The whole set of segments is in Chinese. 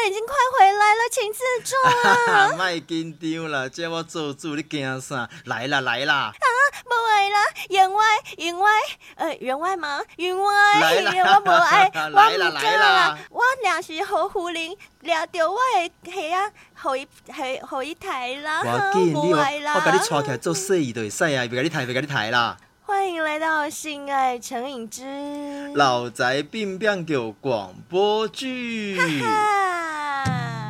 已经快回来了，请自重啊！ 莫紧张啦，这我做主，你惊啥？来啦来啦！ 不会啦，员外吗？员外， 来啦我不爱， 来啦来啦！ 我若是好夫人，掠到我的鞋啊，互伊抬啦， 我紧， 不爱啦。 我甲你带起来做生意就会使啊，袂甲你抬啦。 欢迎来到性爱成瘾之老宅变变叫广播剧。 哈。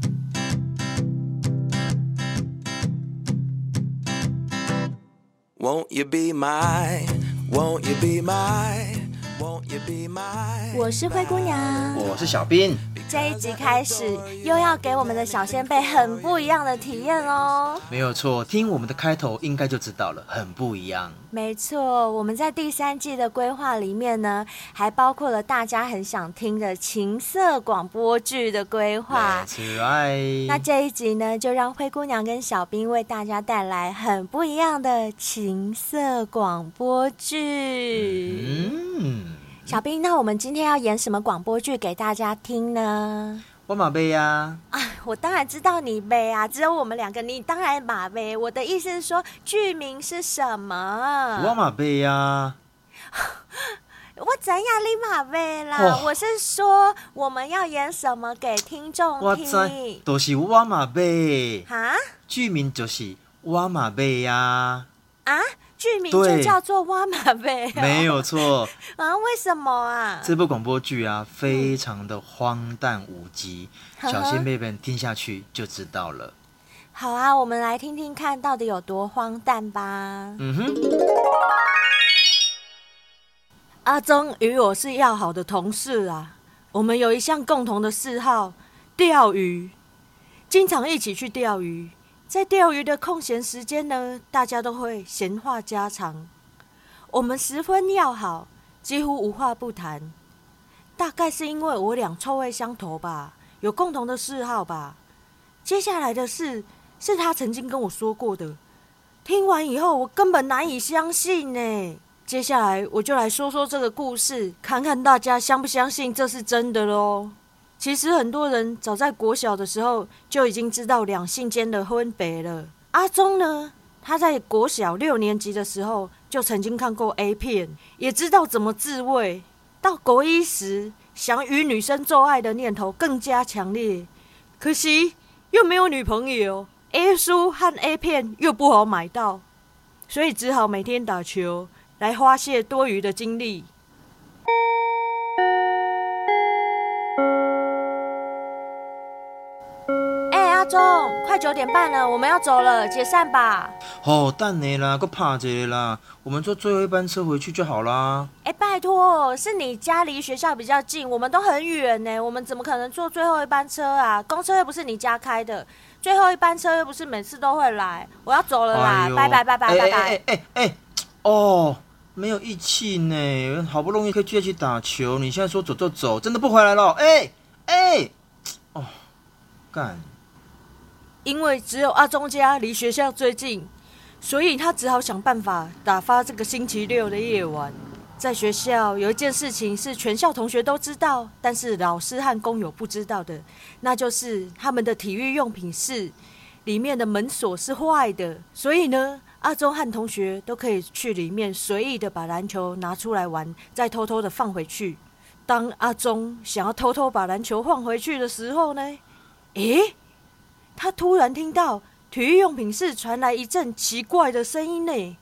Won't you be my? Won't you be my? Won't you be my? 我是灰姑娘， 我是小兵。 这一集开始又要给我们的小先辈很不一样的体验哦。 没有错，听我们的开头应该就知道了，很不一样。 没错，我们在第3季的规划里面呢，还包括了大家很想听的情色广播剧的规划。 That's right。 那这一集呢，就让灰姑娘跟小兵为大家带来很不一样的情色广播剧。小兵，那我们今天要演什么广播剧给大家听呢？ 我嘛背啊！ 我当然知道你背啊，只有我们2个，你当然马背。我的意思是说，剧名是什么？ 我嘛背啊！ 我怎样你马背啦？我是说，我们要演什么给听众听？ 我知，就是我嘛背。 哈？ 剧名就是我嘛背啊！ 啊？剧名就叫做挖马背， 没有错啊？为什么啊？ 这部广播剧啊，非常的荒诞无稽，小仙妹们听下去就知道了。 好啊，我们来听听看到底有多荒诞吧。阿忠与我是要好的同事啊，我们有一项共同的嗜好，钓鱼，经常一起去钓鱼。在钓鱼的空闲时间呢，大家都会闲话家常，我们十分要好，几乎无话不谈。大概是因为我俩臭味相投吧，有共同的嗜好吧。接下来的事是他曾经跟我说过的，听完以后我根本难以相信呢。接下来我就来说说这个故事，看看大家相不相信这是真的咯。其实很多人早在国小的时候就已经知道两性间的分别了。阿忠呢，他在国小6年级的时候就曾经看过 A 片，也知道怎么自慰。到国1时，想与女生做爱的念头更加强烈，可惜又没有女朋友， A 书和 A 片又不好买到，所以只好每天打球来发泄多余的精力。阿忠，快9点半了，我们要走了，解散吧。 等你啦，还拍一个啦，我们坐最后一班车回去就好啦。 拜托，是你家离学校比较近，我们都很远呢，我们怎么可能坐最后一班车啊？公车又不是你家开的，最后一班车又不是每次都会来，我要走了啦，拜拜拜拜拜拜。 没有义气呢，好不容易可以聚在一起打球，你现在说走就走，真的不回来了？干！ 因为只有阿忠家离学校最近，所以他只好想办法打发这个星期6的夜晚。在学校有一件事情是全校同学都知道，但是老师和工友不知道的，那就是他们的体育用品室里面的门锁是坏的，所以呢，阿忠和同学都可以去里面随意的把篮球拿出来玩，再偷偷的放回去。当阿忠想要偷偷把篮球放回去的时候呢，他突然听到体育用品室传来一阵奇怪的声音呢。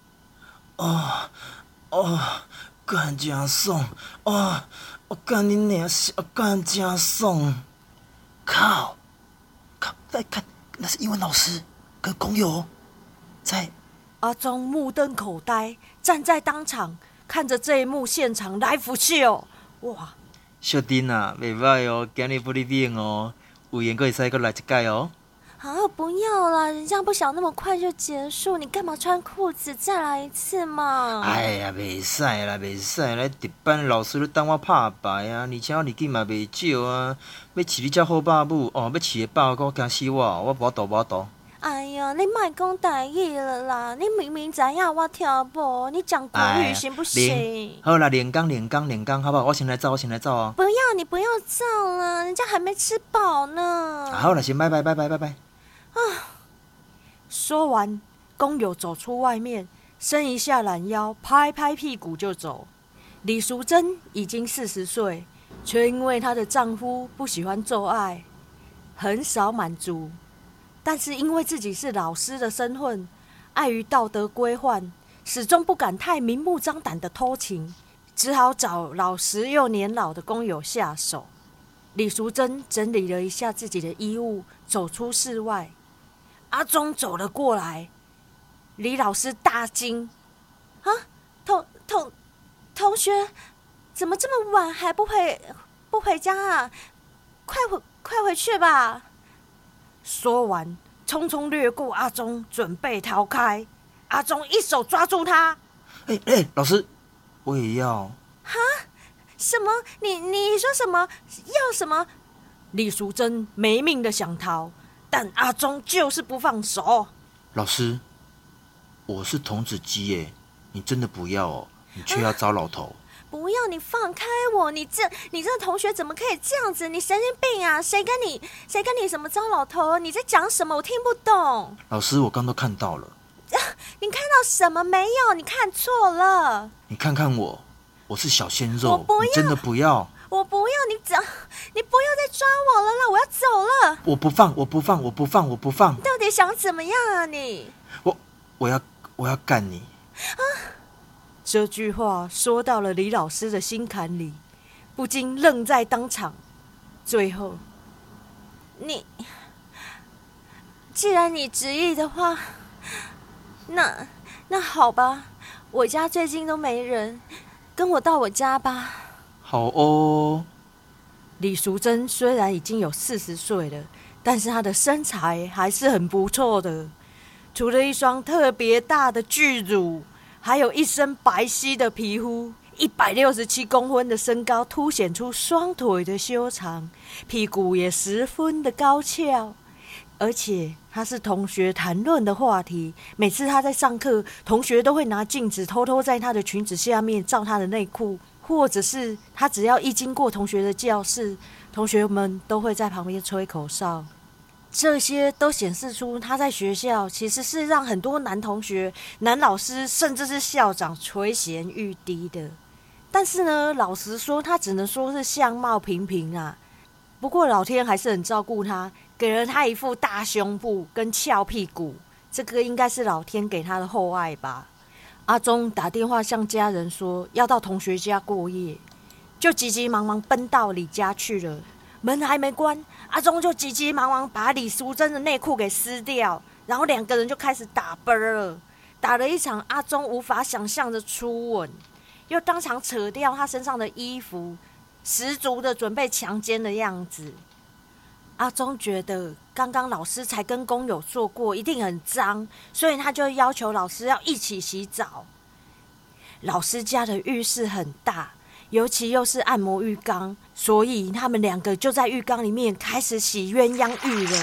干真爽！我干你娘！干真爽！靠！再看，那是英文老师跟工友在。 阿忠目瞪口呆，站在当场看着这一幕现场live show。哇！ 小丁啊，袂歹哦，今日不哩冷哦，有闲可以再来一届哦。 不要啦，人家不想那么快就结束，你干嘛穿裤子再来一次嘛？ 哎呀，袂使啦，袂使啦！值班老师都等我拍牌啊，而且我年纪嘛袂少啊，要饲你遮好爸母哦，要饲会饱，我惊死我，我无度。 哎呀，你莫讲台语了啦！你明明知影我听无，你讲国语行不行？ 好啦，连刚，好不好？我先来照哦。 不要，你不要照了，人家还没吃饱呢。 好啦，先拜拜。 说完，工友走出外面，伸一下懒腰，拍拍屁股就走。李淑珍已经40岁，却因为她的丈夫不喜欢做爱，很少满足。但是因为自己是老师的身份，碍于道德规范，始终不敢太明目张胆的偷情，只好找老实又年老的工友下手。李淑珍整理了一下自己的衣物，走出室外。阿忠走了过来，李老师大惊：“啊，同学，怎么这么晚还不回家啊？快回去吧！”说完，匆匆掠过阿忠，准备逃开。阿忠一手抓住他：“ 老师，我也要。”“ 哈？什么？你说什么？要什么？”李淑珍没命的想逃，但阿忠就是不放手。 “老师，我是童子鸡耶，你真的不要哦，你却要糟老头。”“ 不要，你放开我！你这同学怎么可以这样子？你神经病啊！谁跟你什么糟老头？你在讲什么？我听不懂。”“ 老师，我刚都看到了。”“ 你看到什么没有？你看错了。”“ 你看看我是小鲜肉， 我不要， 你真的不要。”“ 我不要，你不要再抓我了啦！我要走了。”“ 我不放。”“ 到底想怎么样啊你？”“ 我要干你。” 这句话说到了李老师的心坎里，不禁愣在当场。最后，既然你执意的话，那好吧，我家最近都没人，跟我到我家吧。”“ 好哦。” 李淑珍虽然已经有40岁了，但是她的身材还是很不错的，除了一双特别大的巨乳，还有一身白皙的皮肤，167公分的身高凸显出双腿的修长，屁股也十分的高翘。而且他是同学谈论的话题，每次他在上课，同学都会拿镜子偷偷在他的裙子下面照他的内裤，或者是他只要一经过同学的教室，同学们都会在旁边吹口哨。这些都显示出他在学校其实是让很多男同学、男老师甚至是校长垂涎欲滴的。但是呢，老实说，他只能说是相貌平平啊。不过老天还是很照顾他，给了他一副大胸部跟翘屁股，这个应该是老天给他的厚爱吧。阿忠打电话向家人说要到同学家过夜，就急急忙忙奔到李家去了。门还没关，阿忠就急急忙忙把李淑珍的内裤给撕掉，然后2个人就开始打啵了，打了一场阿忠无法想象的初吻，又当场扯掉他身上的衣服，十足的准备强奸的样子。阿忠觉得刚刚老师才跟工友做过，一定很脏，所以他就要求老师要一起洗澡。老师家的浴室很大，尤其又是按摩浴缸，所以他们2个就在浴缸里面开始洗鸳鸯浴了。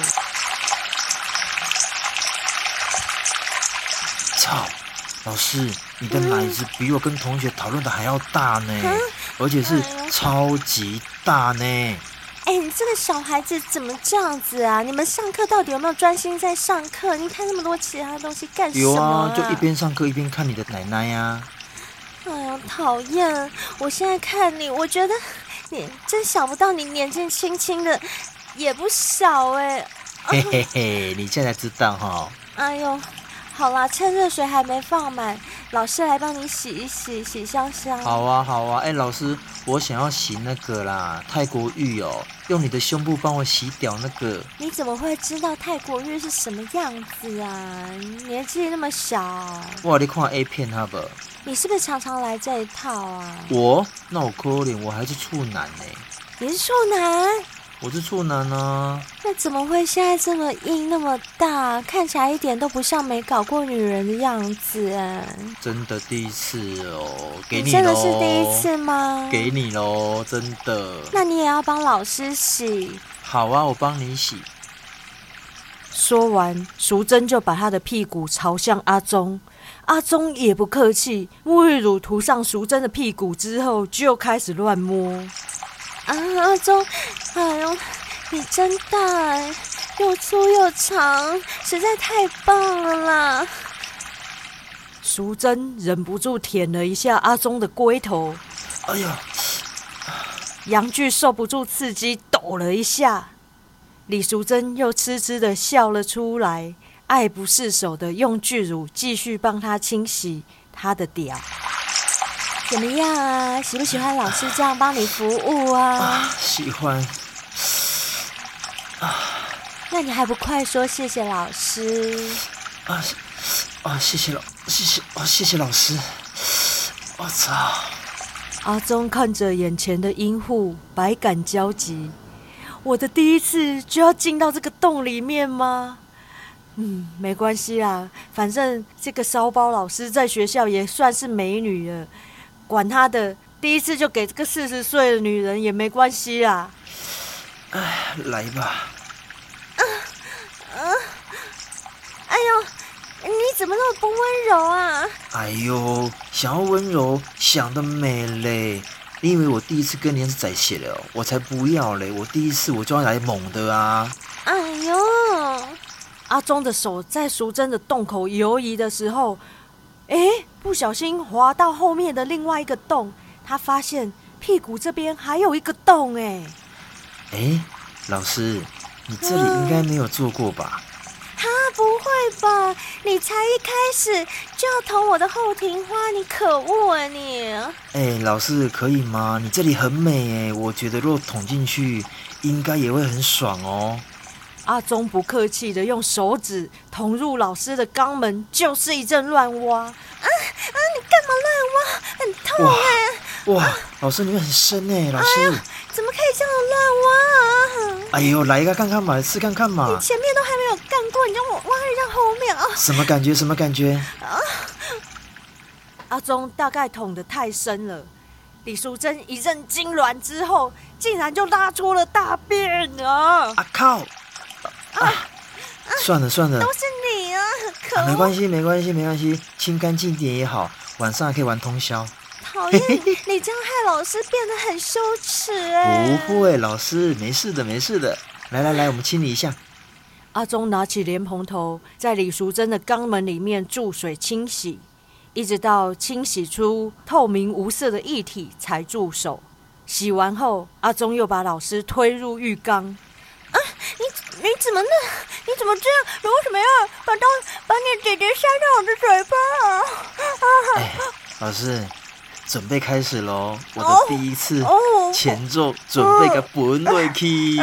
操！老师，你的奶子比我跟同学讨论的还要大呢，而且是超级大呢。 你这个小孩子怎么这样子啊？你们上课到底有没有专心在上课？你看那么多其他东西干什么有啊，就一边上课一边看你的奶奶呀。 哎呀，讨厌！我现在看你，我觉得你真想不到，你年纪轻轻的也不小哎。 嘿嘿嘿，你现在知道哈？ 哎呦，好啦，趁热水还没放满，老师来帮你洗一洗，洗香香。 好啊，好啊。老师，我想要洗那个啦，泰国浴哦，用你的胸部帮我洗掉那个。 你怎么会知道泰国浴是什么样子啊？年纪那么小。 哇，你看 A 片好不好？ 你是不是常常来这一套啊？ 那我可怜，我还是处男呢。 你是处男？ 我是处男啊。 那怎么会现在这么硬那么大，看起来一点都不像没搞过女人的样子啊？ 真的第一次哦，给你咯。 真的是第一次吗？ 给你咯，真的。 那你也要帮老师洗。 好啊，我帮你洗。 说完，淑珍就把她的屁股朝向阿忠，阿忠也不客气，沐浴乳涂上淑珍的屁股之后，就开始乱摸。 阿忠，哎呦，你真大哎，又粗又长，实在太棒了啦！ 淑珍忍不住舔了一下阿忠的龟头， 哎呀， 阳具受不住刺激，抖了一下。李淑珍又痴痴的笑了出来，爱不释手的用巨乳继续帮他清洗他的屌。 怎么样啊？喜不喜欢老师这样帮你服务啊？ 喜欢。 那你还不快说谢谢老师？ 谢谢老师。我操！ 阿忠看着眼前的阴户，百感交集。我的第一次就要进到这个洞里面吗？没关系啦，反正这个骚包老师在学校也算是美女了，管她的，第一次就给这个40岁的女人也没关系啦。 来吧。 哎呦，你怎么那么不温柔啊？ 哎呦，想要温柔，想得美嘞！你以为我第一次跟你是在一起了？我才不要嘞！我第一次我就要来猛的啊！ 哎呦， 阿忠的手在淑珍的洞口游移的时候，不小心滑到后面的另外一个洞，他发现屁股这边还有一个洞。 老师，你这里应该没有做过吧？ 不会吧？你才一开始就要捅我的后庭花，你可恶啊你！ 老师可以吗？你这里很美我觉得若捅进去，应该也会很爽哦。 阿忠不客气的用手指捅入老师的肛门，就是一阵乱挖。 你干嘛乱挖？很痛哇，老师你们很深老师。 怎么可以这样乱挖啊？ 哎呦，来一个看看嘛，试看看嘛。 你前面都还没有干过，你让我挖人家后面啊？ 什么感觉？什么感觉？ 阿忠大概捅得太深了，李淑珍一阵痉挛之后，竟然就拉出了大便啊！ 靠！算了， 都是你啊！可恶！ 没关系，清干净点也好，晚上还可以玩通宵。 讨厌，你这样害老师变得很羞耻不会，老师没事的。来，我们清理一下。 阿忠拿起莲蓬头，在李淑珍的肛门里面注水清洗，一直到清洗出透明无色的液体才住手。洗完后，阿忠又把老师推入浴缸。 你怎么这样？你为什么要把你姐姐塞到我的嘴巴老师，准备开始咯，我的第一次前奏，准备个本落去。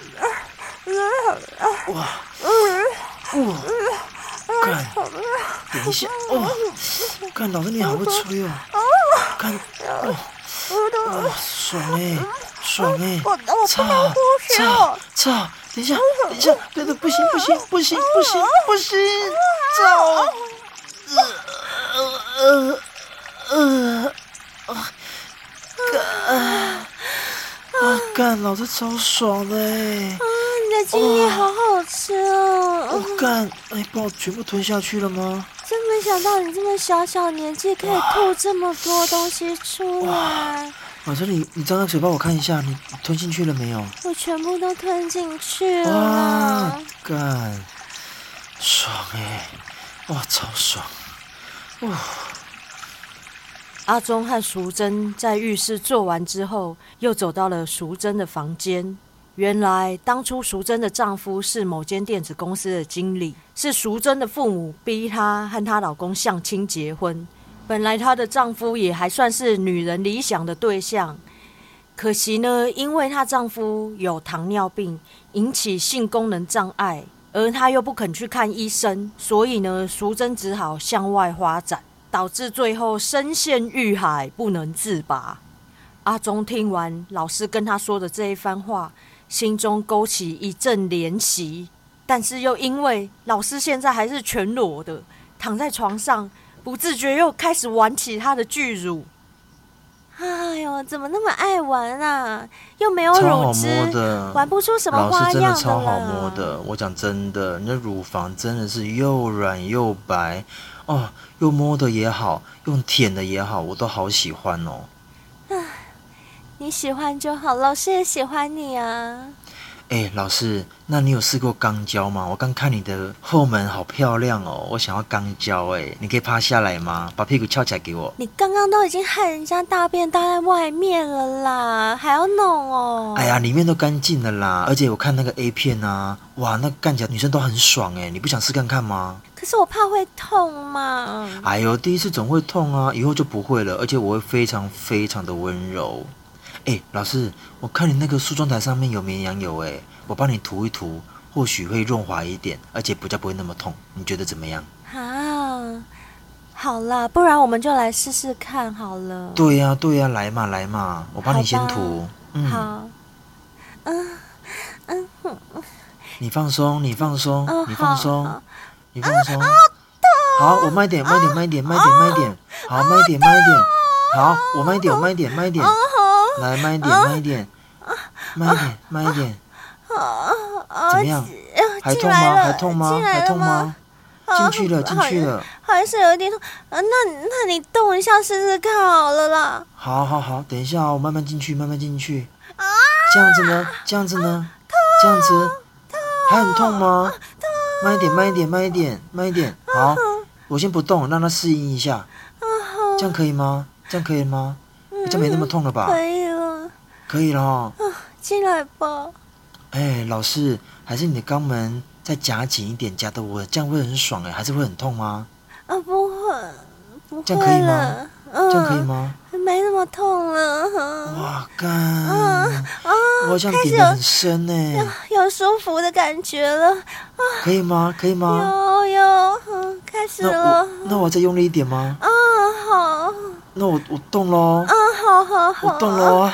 哇！干！等一下干！老师你好会吹干！爽操！等一下，对，不行，操！干！老师超爽的你的精液好好吃哦！ 干！帮我全部吞下去了吗？ 真没想到你这么小年纪可以吐这么多东西出来。 老师，你张开嘴巴我看一下，你吞进去了没有？ 我全部都吞进去了。 哇，干，爽超爽！ 阿忠和淑珍在浴室做完之后，又走到了淑珍的房间。原来当初淑珍的丈夫是某间电子公司的经理，是淑珍的父母逼她和她老公相亲结婚。本来她的丈夫也还算是女人理想的对象，可惜呢，因为她丈夫有糖尿病，引起性功能障碍，而她又不肯去看医生，所以呢，淑珍只好向外发展，导致最后深陷欲海，不能自拔。阿忠听完老师跟他说的这一番话，心中勾起一阵怜惜，但是又因为老师现在还是全裸的，躺在床上，不自觉又开始玩起他的巨乳。 哎呦，怎么那么爱玩啊？又没有超好乳汁， 摸的， 玩不出什么老师真花样啦。 的超好摸的。我讲真的，你的乳房真的是又软又白哦，又摸的也好，用舔的也好，我都好喜欢哦。 你喜欢就好，老师也喜欢你啊。 哎，老师，那你有试过肛交吗？我刚看你的后门好漂亮哦，我想要肛交哎，你可以趴下来吗？把屁股翘起来给我。 你刚刚都已经害人家大便搭在外面了啦，还要弄哦。 哎呀，里面都干净了啦，而且我看那个 A 片啊，哇，那干起来女生都很爽哎，你不想试看看吗？ 可是我怕会痛嘛。 哎呦，第一次总会痛啊，以后就不会了，而且我会非常非常的温柔。哎，老师，我看你那个梳妆台上面有绵羊油，哎，我帮你涂一涂，或许会润滑一点，而且比较不会那么痛，你觉得怎么样？ 啊，好啦，不然我们就来试试看好了。 对呀，对呀，来嘛来嘛，我帮你先涂。 好， 你放松，你放松，你放松好， 你放松。好，我慢一点，慢一点，慢一点，慢一点，慢一点。好，慢一点，慢一点。好，我慢一点，慢一点，慢一点。来，慢一点，慢一点，慢一点，慢一点。怎么样？还痛吗？还痛吗？还痛吗？进去了，进去了。 还是有点痛。那你动一下试试看好了啦。 好好好，等一下哦，我慢慢进去，慢慢进去。这样子呢？这样子呢？这样子还很痛吗？慢一点，慢一点，慢一点，慢一点。好，我先不动，让它适应一下。这样可以吗？这样可以吗？这样没那么痛了吧？ 可以了。 可以了哦。 进来吧。 哎，老师，还是你的肛门再夹紧一点，夹得我这样会很爽哎，还是会很痛吗？ 不会，不会这样可以吗？这样可以吗？ 没那么痛了。 哇，干！我好像点得很深呢。 有舒服的感觉了。 可以吗？可以吗？ 有，开始了。 那我再用力一点吗？ 好。 那我动喽。 好。 我动喽。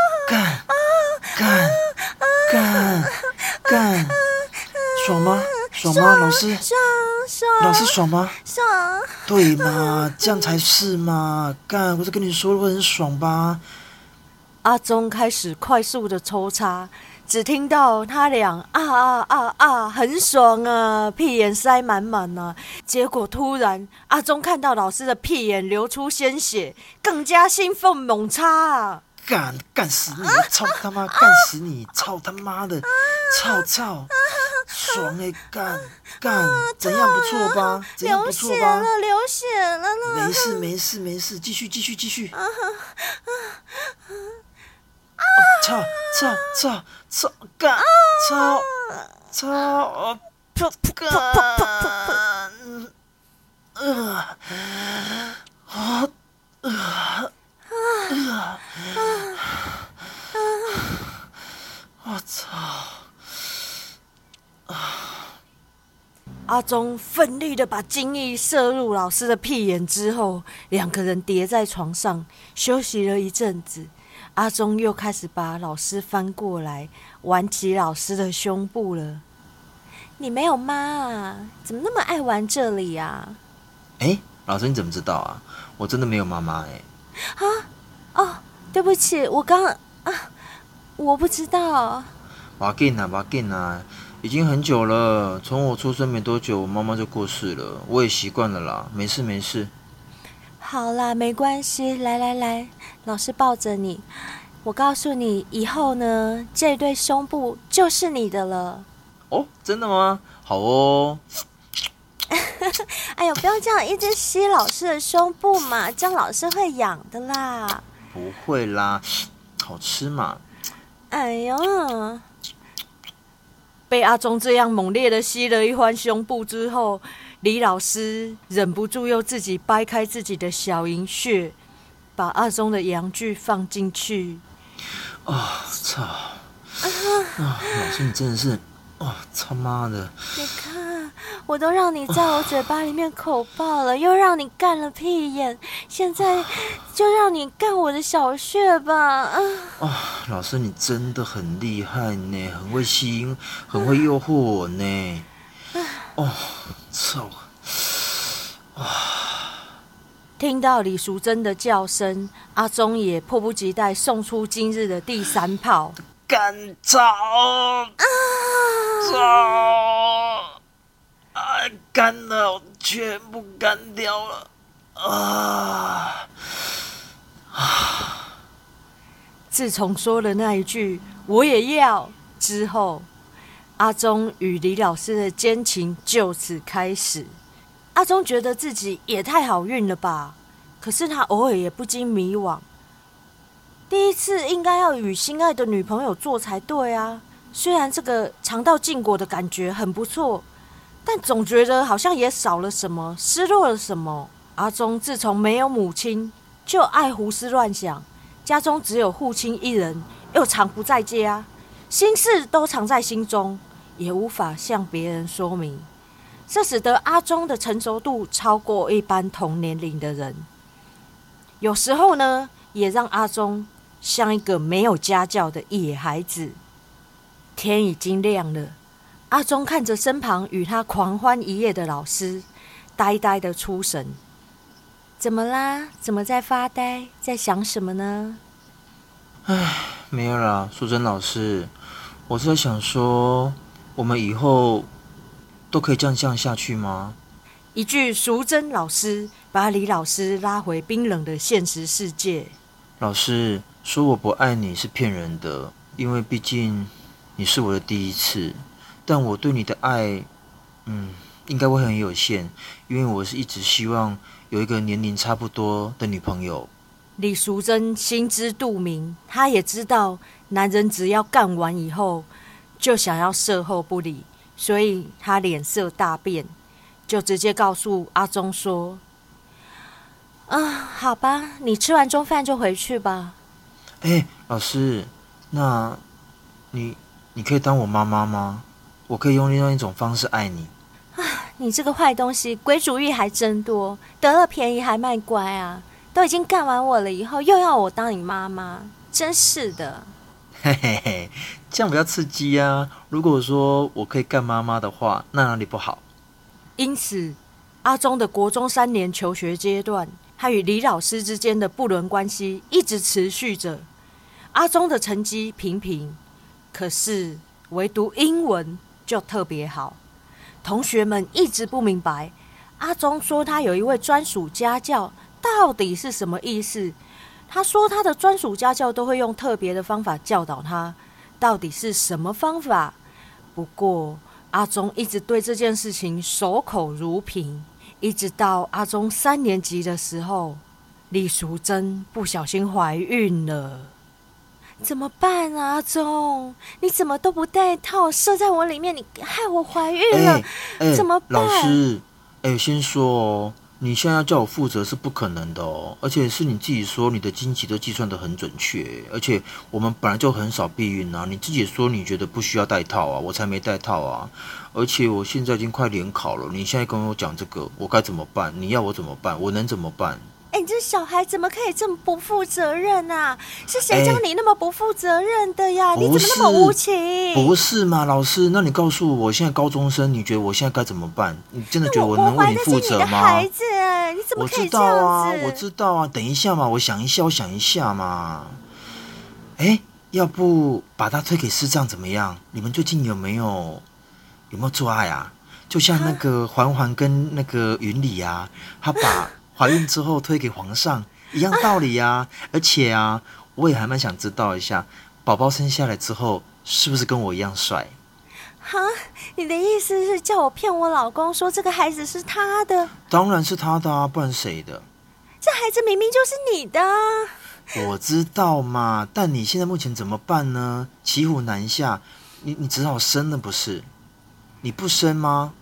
干！爽吗？爽吗？老师？ 爽。 老师爽吗？ 爽。 对嘛，这样才是嘛。干，我就跟你说会很爽吧。 阿忠开始快速的抽插，只听到他俩啊，很爽啊，屁眼塞满满啊。结果突然，阿忠看到老师的屁眼流出鲜血，更加兴奋猛插啊！ 干死你！操他妈！干死你！操他妈的！操！爽哎！干！怎样不错吧？怎样不错吧？ 流血了呢！ 没事，继续。操！干！操！我操！ 阿忠奋力的把精液射入老师的屁眼之后，两个人叠在床上休息了一阵子。阿忠又开始把老师翻过来，玩起老师的胸部了。 你没有妈啊？怎么那么爱玩这里啊？ 哎，老师你怎么知道啊？我真的没有妈妈哎。 对不起，我不知道。 要紧啊，已经很久了。从我出生没多久，我妈妈就过世了，我也习惯了啦，没事。 好啦，没关系，来，老师抱着你。我告诉你，以后呢，这对胸部就是你的了。 哦，真的吗？好哦。 哎呦，不要这样一直吸老师的胸部嘛，这样老师会痒的啦。 不会啦，好吃嘛。 哎呦， 被阿忠这样猛烈的吸了一番胸部之后，李老师忍不住又自己掰开自己的小银穴，把阿忠的阳具放进去。 操！老师你真的是，他妈的！ 你看，我都让你在我嘴巴里面口爆了，又让你干了屁眼，现在就让你干我的小穴吧。 老师你真的很厉害呢，很会吸引，很会诱惑我呢。操！ 听到李淑珍的叫声，阿忠也迫不及待送出今日的第3炮。 干草干了，我全部干掉了自从说了那一句"我也要"之后，阿忠与李老师的奸情就此开始。阿忠觉得自己也太好运了吧，可是他偶尔也不禁迷惘。第一次应该要与心爱的女朋友做才对啊，虽然这个尝到禁果的感觉很不错，但总觉得好像也少了什么，失落了什么。阿忠自从没有母亲，就爱胡思乱想，家中只有父亲一人，又常不在家，心事都藏在心中，也无法向别人说明。这使得阿忠的成熟度超过一般同年龄的人，有时候呢，也让阿忠像一个没有家教的野孩子。天已经亮了，阿忠看着身旁与他狂欢一夜的老师，呆呆的出神。怎么啦？怎么在发呆？在想什么呢？ 没有啦，淑珍老师，我是在想说，我们以后都可以这样下去吗？ 一句淑珍老师把李老师拉回冰冷的现实世界。 老师说我不爱你是骗人的，因为毕竟你是我的第一次，但我对你的爱，应该会很有限，因为我是一直希望有一个年龄差不多的女朋友。 李淑珍心知肚明，她也知道男人只要干完以后就想要售后不理，所以她脸色大变，就直接告诉阿忠说：好吧，你吃完中饭就回去吧。 老师，那你可以当我妈妈吗？我可以用另外一种方式爱你。 你这个坏东西，鬼主意还真多，得了便宜还卖乖啊！都已经干完我了，以后又要我当你妈妈，真是的。 嘿嘿嘿，这样比较刺激啊！如果说我可以干妈妈的话，那哪里不好？ 因此，阿忠的国中3年求学阶段，他与李老师之间的不伦关系一直持续着。阿忠的成绩平平，可是唯独英文就特别好。同学们一直不明白，阿忠说他有一位专属家教，到底是什么意思？他说他的专属家教都会用特别的方法教导他，到底是什么方法？不过阿忠一直对这件事情守口如瓶，一直到阿忠3年级的时候，李淑珍不小心怀孕了。 怎么办啊，阿忠？你怎么都不带套，射在我里面，你害我怀孕了，怎么办？ 老师，先说哦，你现在要叫我负责是不可能的哦，而且是你自己说你的经期都计算得很准确，而且我们本来就很少避孕啊，你自己也说你觉得不需要戴套啊，我才没戴套啊，而且我现在已经快联考了，你现在跟我讲这个，我该怎么办？你要我怎么办？我能怎么办？ 你这小孩怎么可以这么不负责任啊？是谁教你那么不负责任的呀？你怎么那么无情？ 不是嘛，老师？那你告诉我，我现在高中生，你觉得我现在该怎么办？你真的觉得我能为你负责吗？ 我怀的是你的孩子，你怎么可以这样子？ 我知道啊，等一下嘛，我想一下嘛。要不把他推给师长怎么样？你们最近有没有做爱啊？就像那个环环跟那个云里啊，他把怀孕之后推给皇上一样道理啊。而且啊，我也还蛮想知道一下，宝宝生下来之后是不是跟我一样帅？ 哈，你的意思是叫我骗我老公说这个孩子是他的？ 当然是他的啊，不然谁的？ 这孩子明明就是你的啊。 我知道嘛，但你现在目前怎么办呢？骑虎难下，你只好生了不是？你不生吗？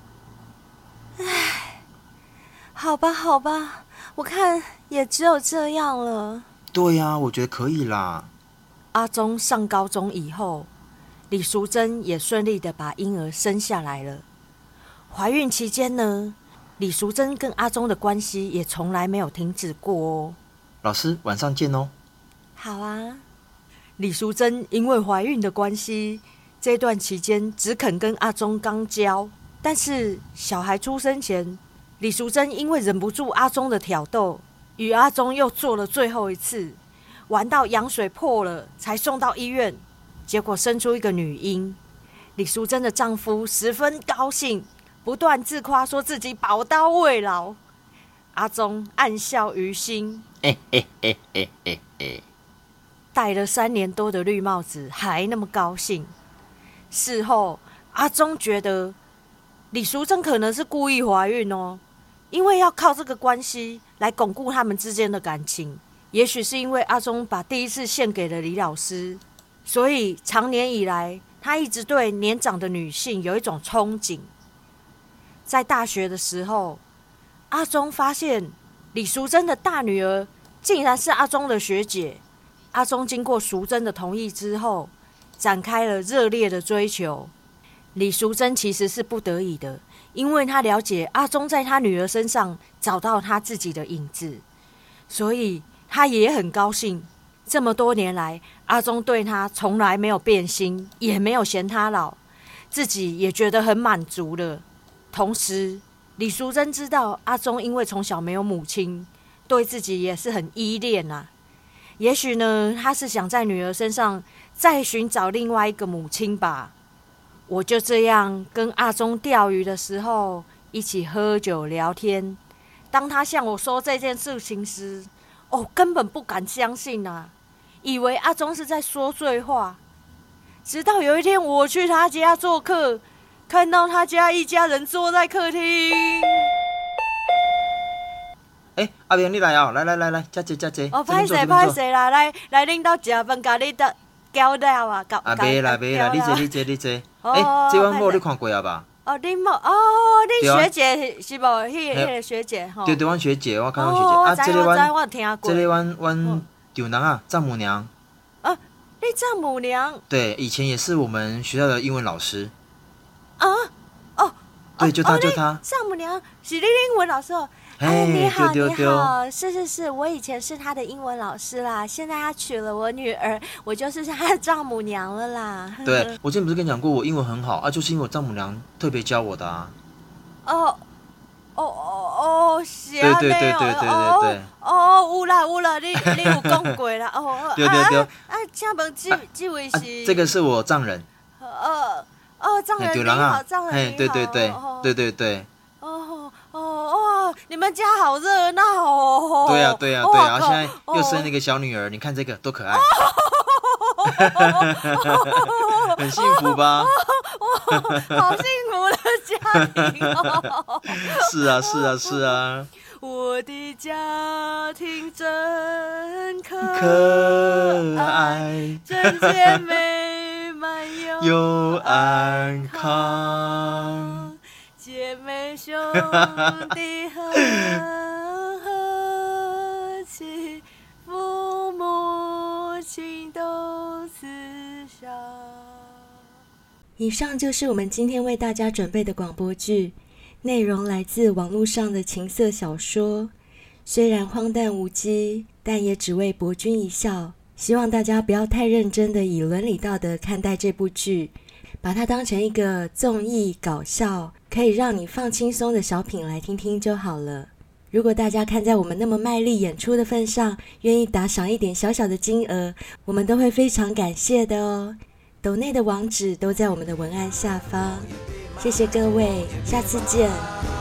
好吧，我看也只有这样了。 对啊，我觉得可以啦。 阿忠上高中以后，李淑珍也顺利的把婴儿生下来了。怀孕期间呢，李淑珍跟阿忠的关系也从来没有停止过哦。 老师，晚上见哦。 好啊。 李淑珍因为怀孕的关系，这段期间只肯跟阿忠刚交，但是小孩出生前，李淑珍因为忍不住阿忠的挑逗， 与阿忠又做了最后一次，玩到羊水破了，才送到医院，结果生出一个女婴。李淑珍的丈夫十分高兴，不断自夸说自己宝刀未老。阿忠暗笑于心，戴了3年多的绿帽子，还那么高兴。事后，阿忠觉得李淑珍可能是故意怀孕哦，因为要靠这个关系来巩固他们之间的感情。也许是因为阿忠把第一次献给了李老师，所以长年以来，他一直对年长的女性有一种憧憬。在大学的时候，阿忠发现李淑珍的大女儿竟然是阿忠的学姐。阿忠经过淑珍的同意之后，展开了热烈的追求。李淑珍其实是不得已的，因为她了解阿忠在她女儿身上找到他自己的影子，所以她也很高兴。这么多年来，阿忠对她从来没有变心，也没有嫌她老，自己也觉得很满足了。同时，李淑珍知道阿忠因为从小没有母亲，对自己也是很依恋啊。也许呢，他是想在女儿身上再寻找另外一个母亲吧。我就这样跟阿忠钓鱼的时候，一起喝酒聊天。当他向我说这件事情时，根本不敢相信啊，以为阿忠是在说醉话。直到有一天我去他家做客，看到他家一家人坐在客厅。 阿明你来哦，来，加坐。 歹势啦，来恁兜食饭，甲你的交料啊， 袂啦，你坐。这碗某你看过啊吧？ 恁某恁学姐是无？迄个学姐吼。 对，阮学姐，我看到学姐。 我知，我听过。 这个阮丈人啊，丈母娘。 你丈母娘？ 对，以前也是我们学校的英文老师。对，就她。 丈母娘是你英文老师哦。 你好， 对你好，是，我以前是他的英文老师啦，现在他娶了我女儿，我就是他的丈母娘了啦。 对，我之前不是跟你讲过我英文很好啊，就是因为我丈母娘特别教我的啊。 是安尼对。 有啦，你有讲过啦。 对。 请问这位是？ 这个是我丈人。 丈人你好，丈人你好。 对。 你们家好热闹哦！ 对啊，现在又生那个小女儿，你看这个多可爱，很幸福吧？ 好幸福的家庭哦！ 是啊。 我的家庭真可爱， 真甜美满又安康。 姐妹兄弟和气，父母亲都慈祥。 以上就是我们今天为大家准备的广播剧，内容来自网络上的情色小说，虽然荒诞无稽，但也只为博君一笑。希望大家不要太认真的以伦理道德看待这部剧，把它当成一个综艺搞笑，可以让你放轻松的小品来听听就好了。如果大家看在我们那么卖力演出的份上，愿意打赏一点小小的金额，我们都会非常感谢的哦。抖内的网址都在我们的文案下方。谢谢各位，下次见。